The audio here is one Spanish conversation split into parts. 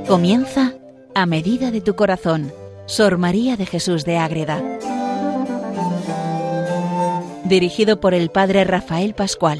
Comienza A medida de tu corazón, Sor María de Jesús de Ágreda. Dirigido por el Padre Rafael Pascual.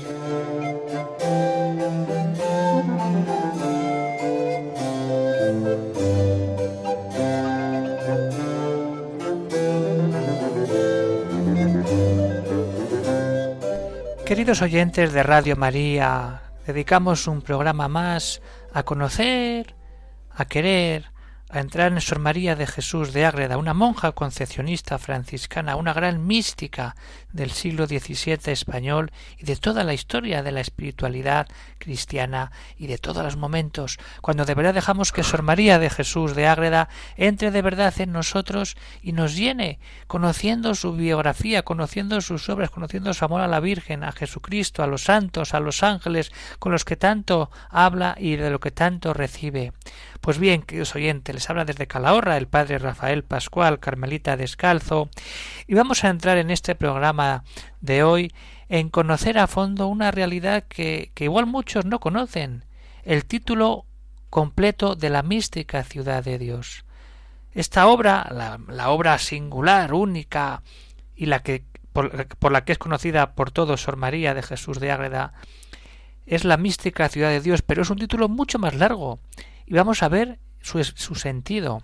Queridos oyentes de Radio María, dedicamos un programa más a conocer, a querer, a entrar en Sor María de Jesús de Ágreda, una monja concepcionista franciscana, una gran mística del siglo XVII español y de toda la historia de la espiritualidad cristiana y de todos los momentos, cuando de verdad dejamos que Sor María de Jesús de Ágreda entre de verdad en nosotros y nos llene, conociendo su biografía, conociendo sus obras, conociendo su amor a la Virgen, a Jesucristo, a los santos, a los ángeles, con los que tanto habla y de lo que tanto recibe. Pues bien, queridos oyentes, les habla desde Calahorra el Padre Rafael Pascual, carmelita descalzo, y vamos a entrar en este programa de hoy en conocer a fondo una realidad que igual muchos no conocen, el título completo de la mística ciudad de Dios. Esta obra, la obra singular, única, y la que por la que es conocida por todos Sor María de Jesús de Ágreda, es la mística ciudad de Dios, pero es un título mucho más largo, y vamos a ver su sentido.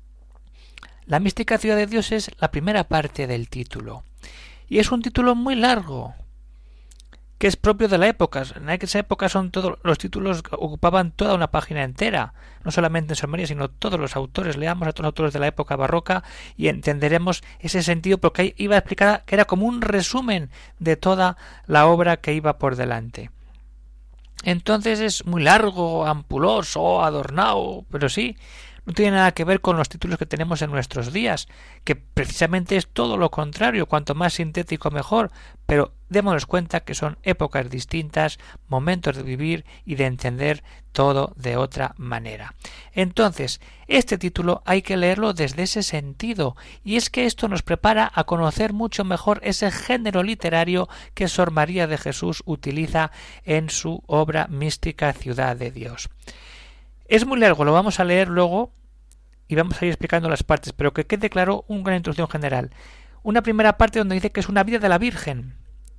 La mística ciudad de Dios es la primera parte del título, y es un título muy largo, que es propio de la época. En esa época todos los títulos ocupaban toda una página entera, no solamente en Sor María, sino todos los autores. Leamos a todos los autores de la época barroca y entenderemos ese sentido, porque ahí iba a explicar que era como un resumen de toda la obra que iba por delante. Entonces es muy largo, ampuloso, adornado, pero sí, no tiene nada que ver con los títulos que tenemos en nuestros días, que precisamente es todo lo contrario, cuanto más sintético mejor, pero démonos cuenta que son épocas distintas, momentos de vivir y de entender todo de otra manera. Entonces, este título hay que leerlo desde ese sentido, y es que esto nos prepara a conocer mucho mejor ese género literario que Sor María de Jesús utiliza en su obra mística Ciudad de Dios. Es muy largo, lo vamos a leer luego y vamos a ir explicando las partes, pero que quede claro una gran introducción general. Una primera parte donde dice que es una vida de la Virgen.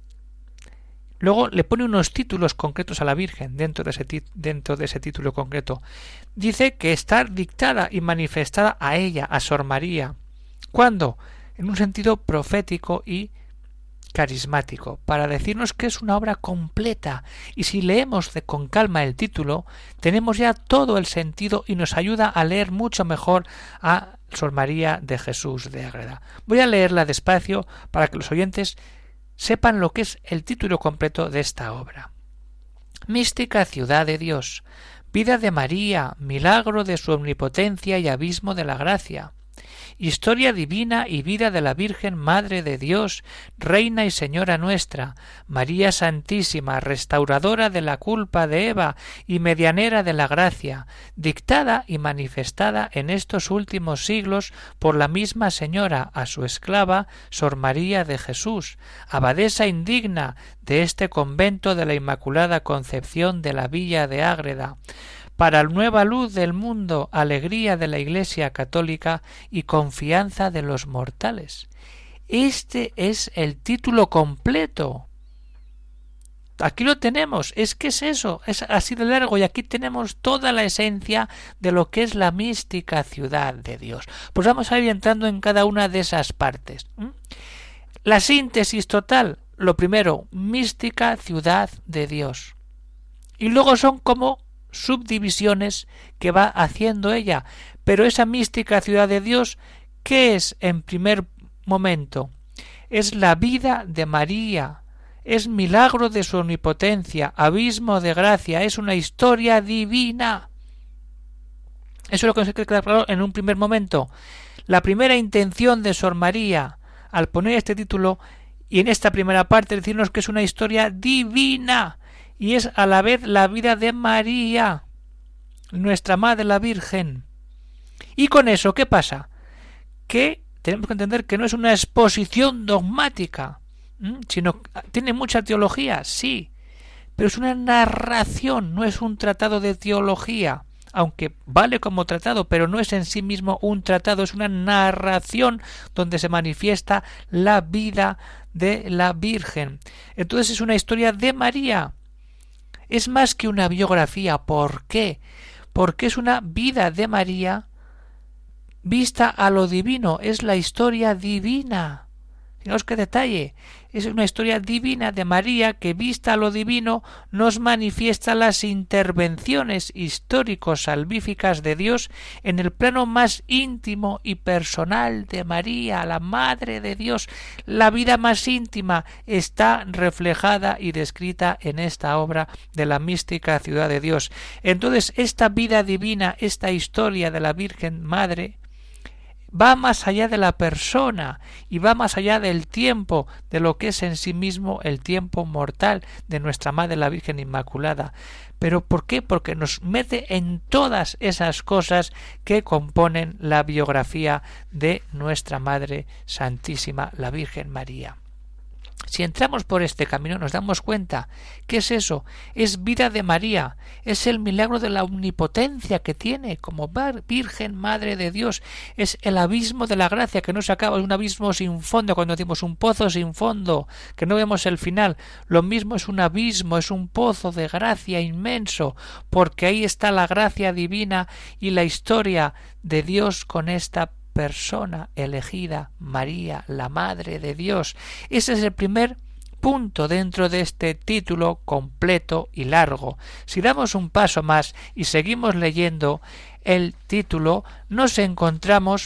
Luego le pone unos títulos concretos a la Virgen dentro de ese título concreto. Dice que está dictada y manifestada a ella, a Sor María. ¿Cuándo? En un sentido profético y carismático, para decirnos que es una obra completa, y si leemos con calma el título, tenemos ya todo el sentido y nos ayuda a leer mucho mejor a Sor María de Jesús de Ágreda. Voy a leerla despacio para que los oyentes sepan lo que es el título completo de esta obra. Mística ciudad de Dios, vida de María, milagro de su omnipotencia y abismo de la gracia. Historia divina y vida de la Virgen Madre de Dios, Reina y Señora nuestra, María Santísima, restauradora de la culpa de Eva y medianera de la gracia, dictada y manifestada en estos últimos siglos por la misma Señora a su esclava Sor María de Jesús, abadesa indigna de este convento de la Inmaculada Concepción de la Villa de Ágreda, para nueva luz del mundo, alegría de la Iglesia católica y confianza de los mortales. Este es el título completo. Aquí lo tenemos, es que es eso, es así de largo, y aquí tenemos toda la esencia de lo que es la mística ciudad de Dios. Pues vamos a ir entrando en cada una de esas partes. La síntesis total, lo primero, mística ciudad de Dios. Y luego son como subdivisiones que va haciendo ella, pero esa mística ciudad de Dios, ¿qué es en primer momento? Es la vida de María, es milagro de su omnipotencia, abismo de gracia, es una historia divina. Eso es lo que nos queda claro en un primer momento. La primera intención de Sor María al poner este título y en esta primera parte decirnos que es una historia divina, y es a la vez la vida de María, nuestra Madre la Virgen. Y con eso, ¿qué pasa? Que tenemos que entender que no es una exposición dogmática, sino tiene mucha teología, sí, pero es una narración, no es un tratado de teología. aunque vale como tratado, pero no es en sí mismo un tratado, es una narración donde se manifiesta la vida de la Virgen. Entonces es una historia de María. Es más que una biografía. ¿Por qué? Porque es una vida de María vista a lo divino, es la historia divina. Fijaos qué detalle. Es una historia divina de María que, vista a lo divino, nos manifiesta las intervenciones histórico-salvíficas de Dios en el plano más íntimo y personal de María, la Madre de Dios. La vida más íntima está reflejada y descrita en esta obra de la mística Ciudad de Dios. Entonces, esta vida divina, esta historia de la Virgen Madre, va más allá de la persona y va más allá del tiempo, de lo que es en sí mismo el tiempo mortal de nuestra Madre la Virgen Inmaculada. ¿Pero por qué? Porque nos mete en todas esas cosas que componen la biografía de nuestra Madre Santísima, la Virgen María. Si entramos por este camino nos damos cuenta. ¿Qué es eso? Es vida de María, es el milagro de la omnipotencia que tiene como Virgen Madre de Dios, es el abismo de la gracia que no se acaba, es un abismo sin fondo, cuando decimos un pozo sin fondo, que no vemos el final, lo mismo es un abismo, es un pozo de gracia inmenso, porque ahí está la gracia divina y la historia de Dios con esta persona elegida, María, la Madre de Dios. Ese es el primer punto dentro de este título completo y largo. Si damos un paso más y seguimos leyendo el título, nos encontramos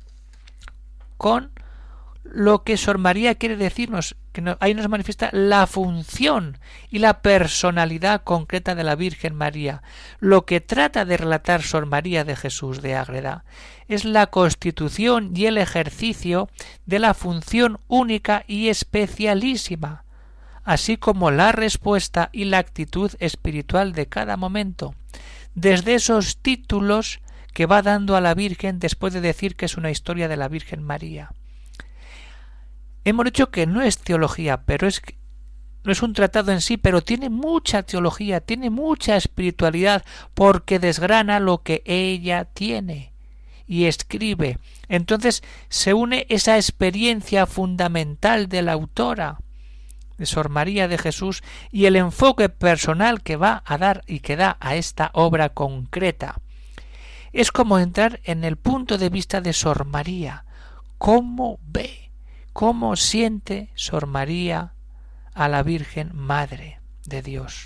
con lo que Sor María quiere decirnos, que ahí nos manifiesta la función y la personalidad concreta de la Virgen María. Lo que trata de relatar Sor María de Jesús de Ágreda es la constitución y el ejercicio de la función única y especialísima, así como la respuesta y la actitud espiritual de cada momento, desde esos títulos que va dando a la Virgen después de decir que es una historia de la Virgen María. Hemos dicho que no es teología, pero no es un tratado en sí, pero tiene mucha teología, tiene mucha espiritualidad, porque desgrana lo que ella tiene y escribe. Entonces se une esa experiencia fundamental de la autora, de Sor María de Jesús, y el enfoque personal que va a dar y que da a esta obra concreta. Es como entrar en el punto de vista de Sor María, cómo ve, cómo siente Sor María a la Virgen Madre de Dios.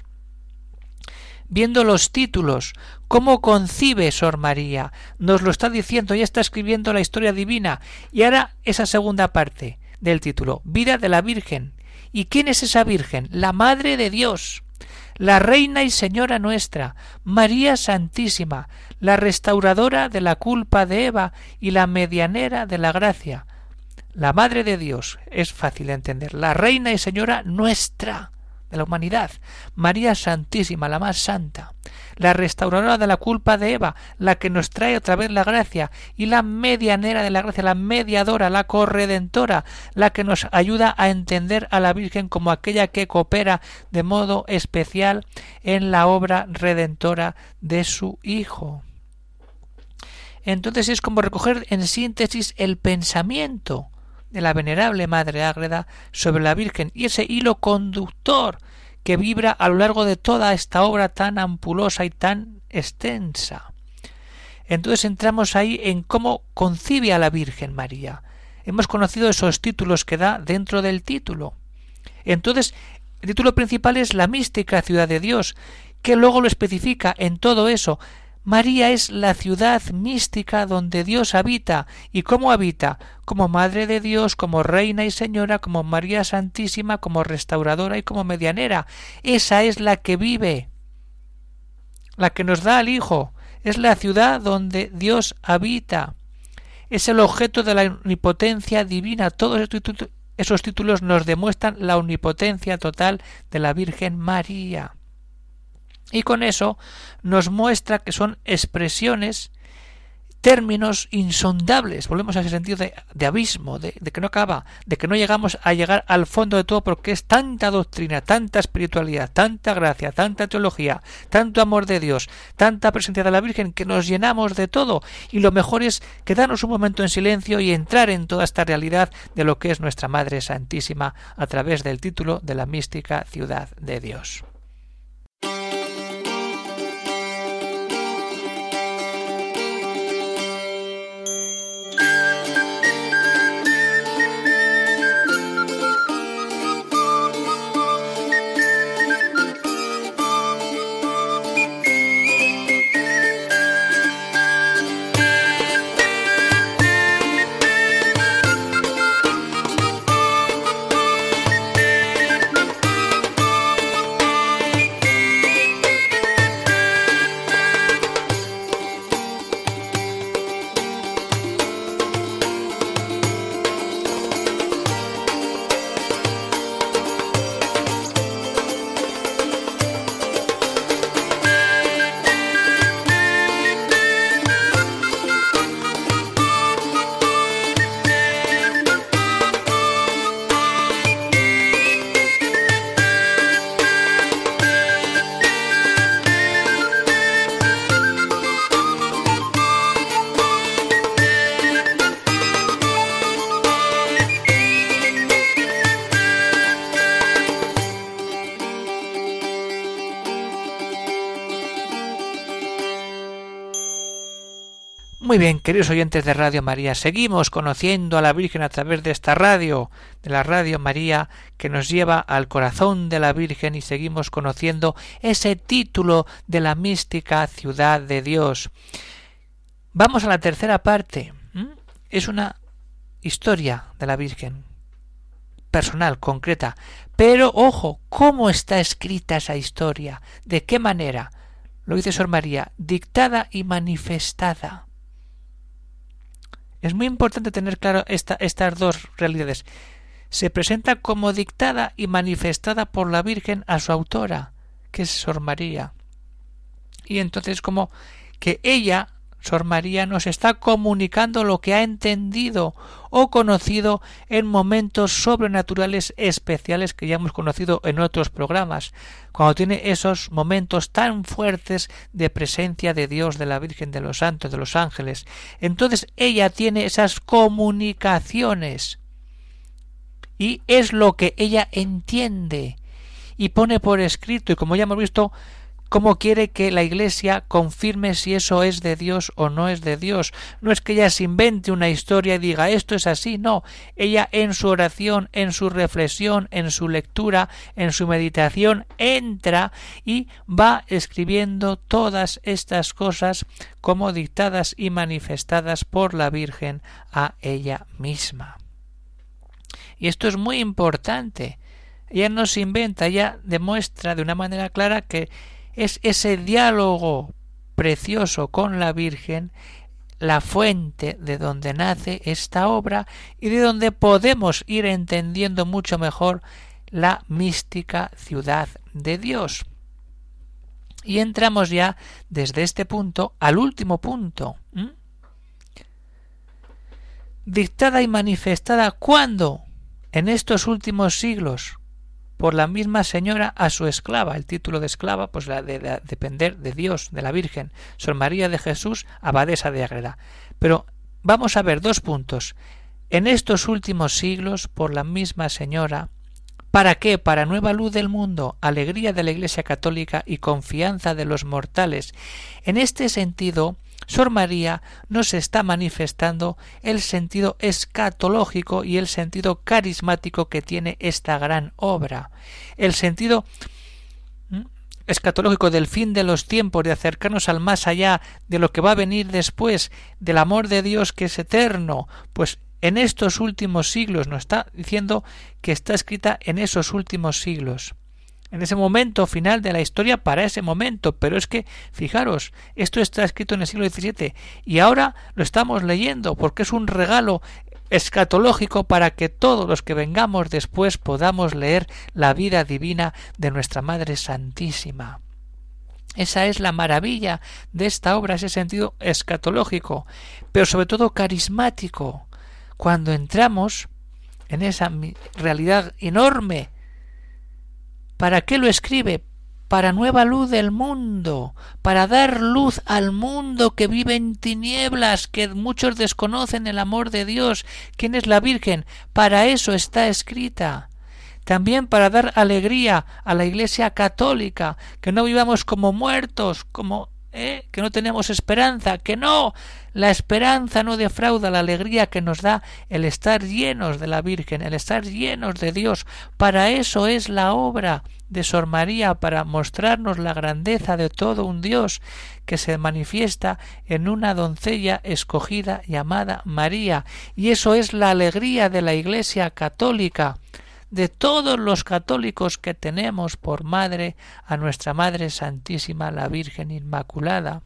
Viendo los títulos, cómo concibe Sor María, nos lo está diciendo, ya está escribiendo la historia divina. Y ahora esa segunda parte del título, vida de la Virgen. ¿Y quién es esa Virgen? La Madre de Dios, la Reina y Señora nuestra, María Santísima, la restauradora de la culpa de Eva y la medianera de la gracia. La Madre de Dios es fácil de entender, la Reina y Señora nuestra, de la humanidad, María Santísima, la más santa, la restauradora de la culpa de Eva, la que nos trae otra vez la gracia, y la medianera de la gracia, la mediadora, la corredentora, la que nos ayuda a entender a la Virgen como aquella que coopera de modo especial en la obra redentora de su Hijo. Entonces es como recoger en síntesis el pensamiento de la venerable Madre Ágreda sobre la Virgen y ese hilo conductor que vibra a lo largo de toda esta obra tan ampulosa y tan extensa. Entonces entramos ahí en cómo concibe a la Virgen María. Hemos conocido esos títulos que da dentro del título. Entonces, el título principal es la mística Ciudad de Dios, que luego lo especifica en todo eso. María es la ciudad mística donde Dios habita. ¿Y cómo habita? Como Madre de Dios, como Reina y Señora, como María Santísima, como restauradora y como medianera. Esa es la que vive, la que nos da al Hijo. Es la ciudad donde Dios habita. Es el objeto de la omnipotencia divina. Todos esos títulos nos demuestran la omnipotencia total de la Virgen María. Y con eso nos muestra que son expresiones términos insondables. Volvemos a ese sentido de abismo, de que no acaba, de que no llegamos a llegar al fondo de todo, porque es tanta doctrina, tanta espiritualidad, tanta gracia, tanta teología, tanto amor de Dios, tanta presencia de la Virgen, que nos llenamos de todo. Y lo mejor es quedarnos un momento en silencio y entrar en toda esta realidad de lo que es nuestra Madre Santísima a través del título de la mística Ciudad de Dios. Muy bien, queridos oyentes de Radio María, seguimos conociendo a la Virgen a través de esta radio, de la Radio María, que nos lleva al corazón de la Virgen, y seguimos conociendo ese título de la mística Ciudad de Dios. Vamos a la tercera parte. Es una historia de la Virgen, personal, concreta, pero ojo, ¿cómo está escrita esa historia? ¿De qué manera? Lo dice Sor María, dictada y manifestada. Es muy importante tener claro estas dos realidades. Se presenta como dictada y manifestada por la Virgen a su autora, que es Sor María. Y entonces como que ella, Sor María, nos está comunicando lo que ha entendido o conocido en momentos sobrenaturales especiales que ya hemos conocido en otros programas, cuando tiene esos momentos tan fuertes de presencia de Dios, de la Virgen, de los santos, de los ángeles. Entonces ella tiene esas comunicaciones y es lo que ella entiende y pone por escrito, y como ya hemos visto, cómo quiere que la Iglesia confirme si eso es de Dios o no es de Dios. No es que ella se invente una historia y diga esto es así, no. Ella en su oración, en su reflexión, en su lectura, en su meditación, entra y va escribiendo todas estas cosas como dictadas y manifestadas por la Virgen a ella misma. Y esto es muy importante. Ella no se inventa, ella demuestra de una manera clara que es ese diálogo precioso con la Virgen la fuente de donde nace esta obra y de donde podemos ir entendiendo mucho mejor la mística Ciudad de Dios. Y entramos ya desde este punto al último punto. Dictada y manifestada, ¿cuándo? En estos últimos siglos, por la misma señora a su esclava. El título de esclava, pues la de depender de Dios, de la Virgen, Sor María de Jesús, abadesa de Ágreda. Pero vamos a ver dos puntos. En estos últimos siglos, por la misma señora, ¿para qué? Para nueva luz del mundo, alegría de la Iglesia Católica y confianza de los mortales. En este sentido, Sor María nos está manifestando el sentido escatológico y el sentido carismático que tiene esta gran obra. El sentido escatológico del fin de los tiempos, de acercarnos al más allá, de lo que va a venir después, del amor de Dios que es eterno, pues en estos últimos siglos nos está diciendo que está escrita en esos últimos siglos. En ese momento final de la historia, para ese momento, pero es que, fijaros, esto está escrito en el siglo XVII y ahora lo estamos leyendo porque es un regalo escatológico para que todos los que vengamos después podamos leer la vida divina de nuestra Madre Santísima. Esa es la maravilla de esta obra, ese sentido escatológico, pero sobre todo carismático. Cuando entramos en esa realidad enorme, ¿para qué lo escribe? Para nueva luz del mundo, para dar luz al mundo que vive en tinieblas, que muchos desconocen el amor de Dios. ¿Quién es la Virgen? Para eso está escrita. También para dar alegría a la Iglesia católica, que no vivamos como muertos, que no tenemos esperanza, que no, la esperanza no defrauda la alegría que nos da el estar llenos de la Virgen, el estar llenos de Dios. Para eso es la obra de Sor María, para mostrarnos la grandeza de todo un Dios que se manifiesta en una doncella escogida llamada María. Y eso es la alegría de la Iglesia católica, de todos los católicos que tenemos por madre a nuestra Madre Santísima, la Virgen Inmaculada.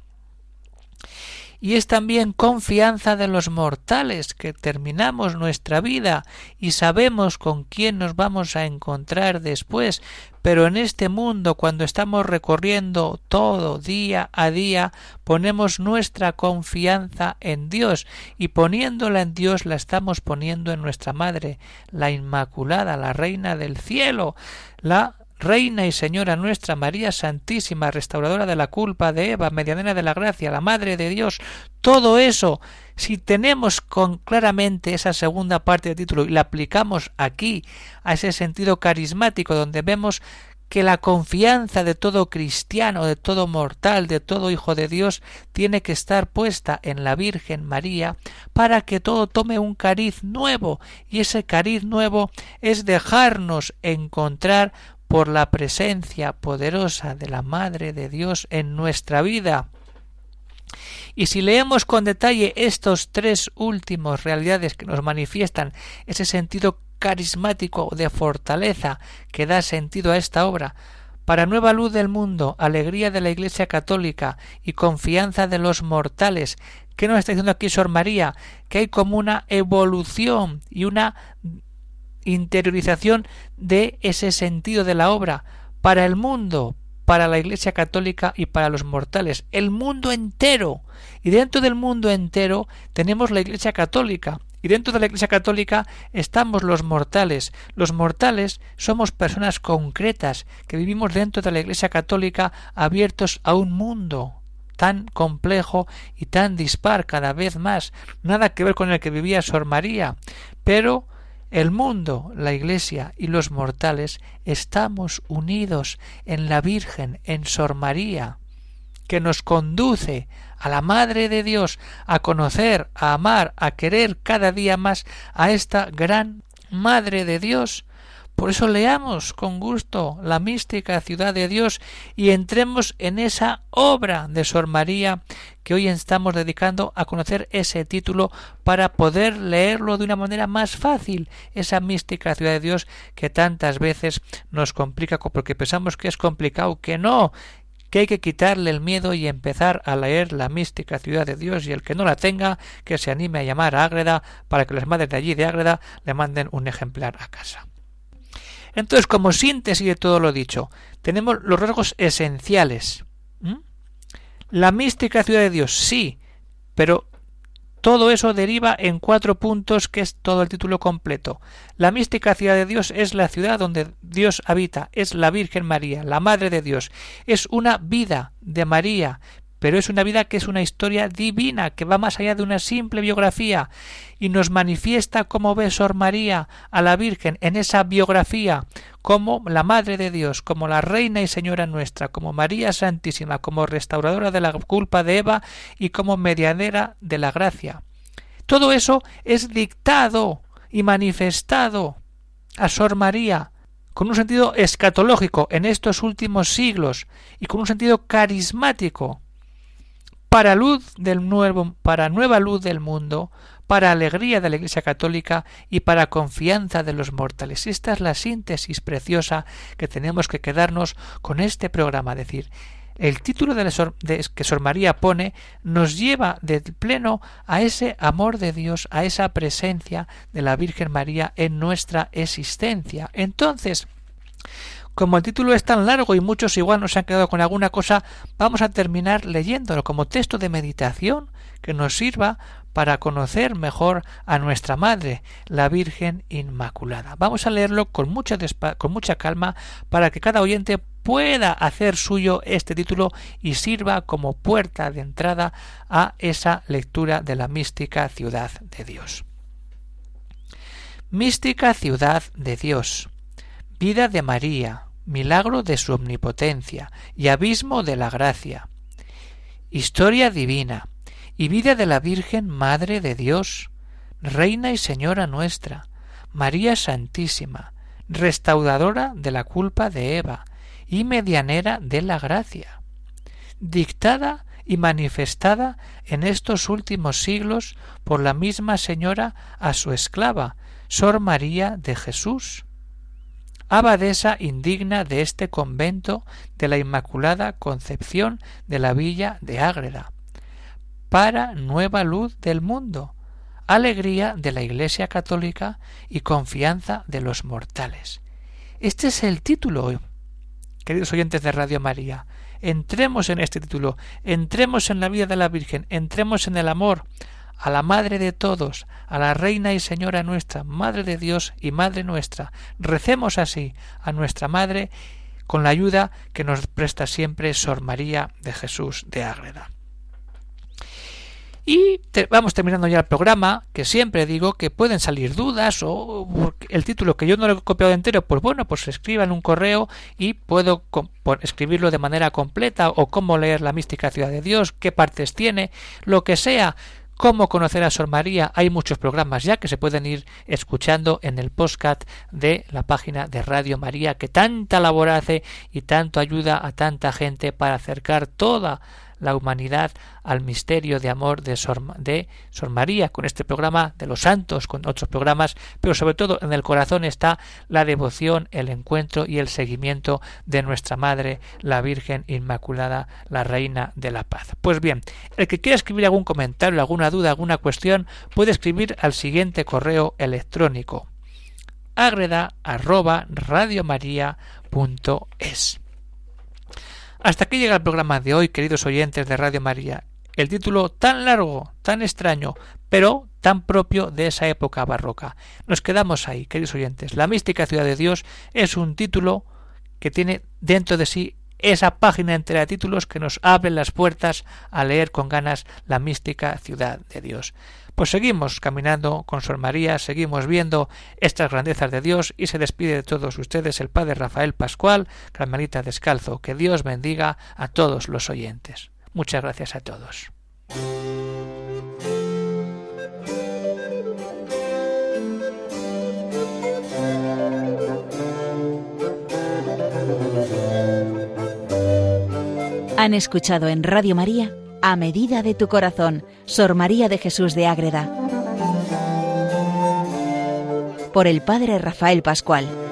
Y es también confianza de los mortales, que terminamos nuestra vida y sabemos con quién nos vamos a encontrar después, pero en este mundo, cuando estamos recorriendo todo día a día, ponemos nuestra confianza en Dios, y poniéndola en Dios la estamos poniendo en nuestra Madre, la Inmaculada, la Reina del Cielo, la Reina y Señora nuestra María Santísima, restauradora de la culpa de Eva, medianera de la gracia, la Madre de Dios. Todo eso, si tenemos claramente esa segunda parte del título y la aplicamos aquí, a ese sentido carismático, donde vemos que la confianza de todo cristiano, de todo mortal, de todo hijo de Dios, tiene que estar puesta en la Virgen María para que todo tome un cariz nuevo, y ese cariz nuevo es dejarnos encontrar por la presencia poderosa de la Madre de Dios en nuestra vida. Y si leemos con detalle estos tres últimos realidades que nos manifiestan ese sentido carismático de fortaleza que da sentido a esta obra, para nueva luz del mundo, alegría de la Iglesia católica y confianza de los mortales, ¿qué nos está diciendo aquí Sor María? Que hay como una evolución y una interiorización de ese sentido de la obra para el mundo, para la Iglesia católica y para los mortales, el mundo entero. Y dentro del mundo entero tenemos la Iglesia católica, y dentro de la Iglesia católica estamos los mortales. Los mortales somos personas concretas que vivimos dentro de la Iglesia católica, abiertos a un mundo tan complejo y tan dispar cada vez más, nada que ver con el que vivía Sor María, pero el mundo, la Iglesia y los mortales estamos unidos en la Virgen, en Sor María, que nos conduce a la Madre de Dios, a conocer, a amar, a querer cada día más a esta gran Madre de Dios. Por eso leamos con gusto la mística Ciudad de Dios y entremos en esa obra de Sor María que hoy estamos dedicando a conocer ese título para poder leerlo de una manera más fácil, esa mística Ciudad de Dios que tantas veces nos complica porque pensamos que es complicado, que no, que hay que quitarle el miedo y empezar a leer la mística Ciudad de Dios, y el que no la tenga, que se anime a llamar a Ágreda para que las madres de allí de Ágreda le manden un ejemplar a casa. Entonces, como síntesis de todo lo dicho, tenemos los rasgos esenciales. La mística Ciudad de Dios, sí, pero todo eso deriva en 4 puntos, que es todo el título completo. La mística Ciudad de Dios es la ciudad donde Dios habita, es la Virgen María, la Madre de Dios. Es una vida de María, pero es una vida que es una historia divina, que va más allá de una simple biografía, y nos manifiesta cómo ve Sor María a la Virgen en esa biografía, como la Madre de Dios, como la Reina y Señora nuestra, como María Santísima, como restauradora de la culpa de Eva y como medianera de la gracia. Todo eso es dictado y manifestado a Sor María con un sentido escatológico en estos últimos siglos y con un sentido carismático, para nueva luz del mundo, para alegría de la Iglesia católica y para confianza de los mortales. Esta es la síntesis preciosa que tenemos que quedarnos con este programa. Es decir, el título que Sor María pone nos lleva de pleno a ese amor de Dios, a esa presencia de la Virgen María en nuestra existencia. Entonces, como el título es tan largo y muchos igual nos han quedado con alguna cosa, vamos a terminar leyéndolo como texto de meditación que nos sirva para conocer mejor a nuestra Madre, la Virgen Inmaculada. Vamos a leerlo con mucha calma para que cada oyente pueda hacer suyo este título y sirva como puerta de entrada a esa lectura de la mística ciudad de Dios. Mística ciudad de Dios, vida de María, milagro de su omnipotencia y abismo de la gracia, historia divina y vida de la Virgen Madre de Dios, Reina y Señora nuestra, María Santísima, restauradora de la culpa de Eva y medianera de la gracia, dictada y manifestada en estos últimos siglos por la misma Señora a su esclava, Sor María de Jesús, abadesa indigna de este convento de la Inmaculada Concepción de la villa de Ágreda, para nueva luz del mundo, alegría de la Iglesia católica y confianza de los mortales. Este es el título, queridos oyentes de Radio María. Entremos en este título, entremos en la vida de la Virgen, entremos en el amor a la Madre de todos, a la Reina y Señora nuestra, Madre de Dios y Madre nuestra. Recemos así a nuestra Madre con la ayuda que nos presta siempre Sor María de Jesús de Ágreda. Y vamos terminando ya el programa, que siempre digo que pueden salir dudas o el título que yo no lo he copiado entero, pues bueno, pues escriban un correo y puedo escribirlo de manera completa, o cómo leer la mística ciudad de Dios, qué partes tiene, lo que sea. Cómo conocer a Sor María, hay muchos programas ya que se pueden ir escuchando en el podcast de la página de Radio María, que tanta labor hace y tanto ayuda a tanta gente para acercar toda la humanidad al misterio de amor de Sor María, con este programa de los santos, con otros programas, pero sobre todo en el corazón está la devoción, el encuentro y el seguimiento de nuestra Madre, la Virgen Inmaculada, la Reina de la Paz. Pues bien, el que quiera escribir algún comentario, alguna duda, alguna cuestión, puede escribir al siguiente correo electrónico: agreda@radiomaria.es. Hasta aquí llega el programa de hoy, queridos oyentes de Radio María. El título tan largo, tan extraño, pero tan propio de esa época barroca. Nos quedamos ahí, queridos oyentes. La mística ciudad de Dios es un título que tiene dentro de sí esa página entera de títulos que nos abren las puertas a leer con ganas la mística ciudad de Dios. Pues seguimos caminando con Sor María, seguimos viendo estas grandezas de Dios, y se despide de todos ustedes el Padre Rafael Pascual, Carmelita Descalzo. Que Dios bendiga a todos los oyentes. Muchas gracias a todos. Han escuchado en Radio María A medida de tu corazón, Sor María de Jesús de Ágreda, por el Padre Rafael Pascual.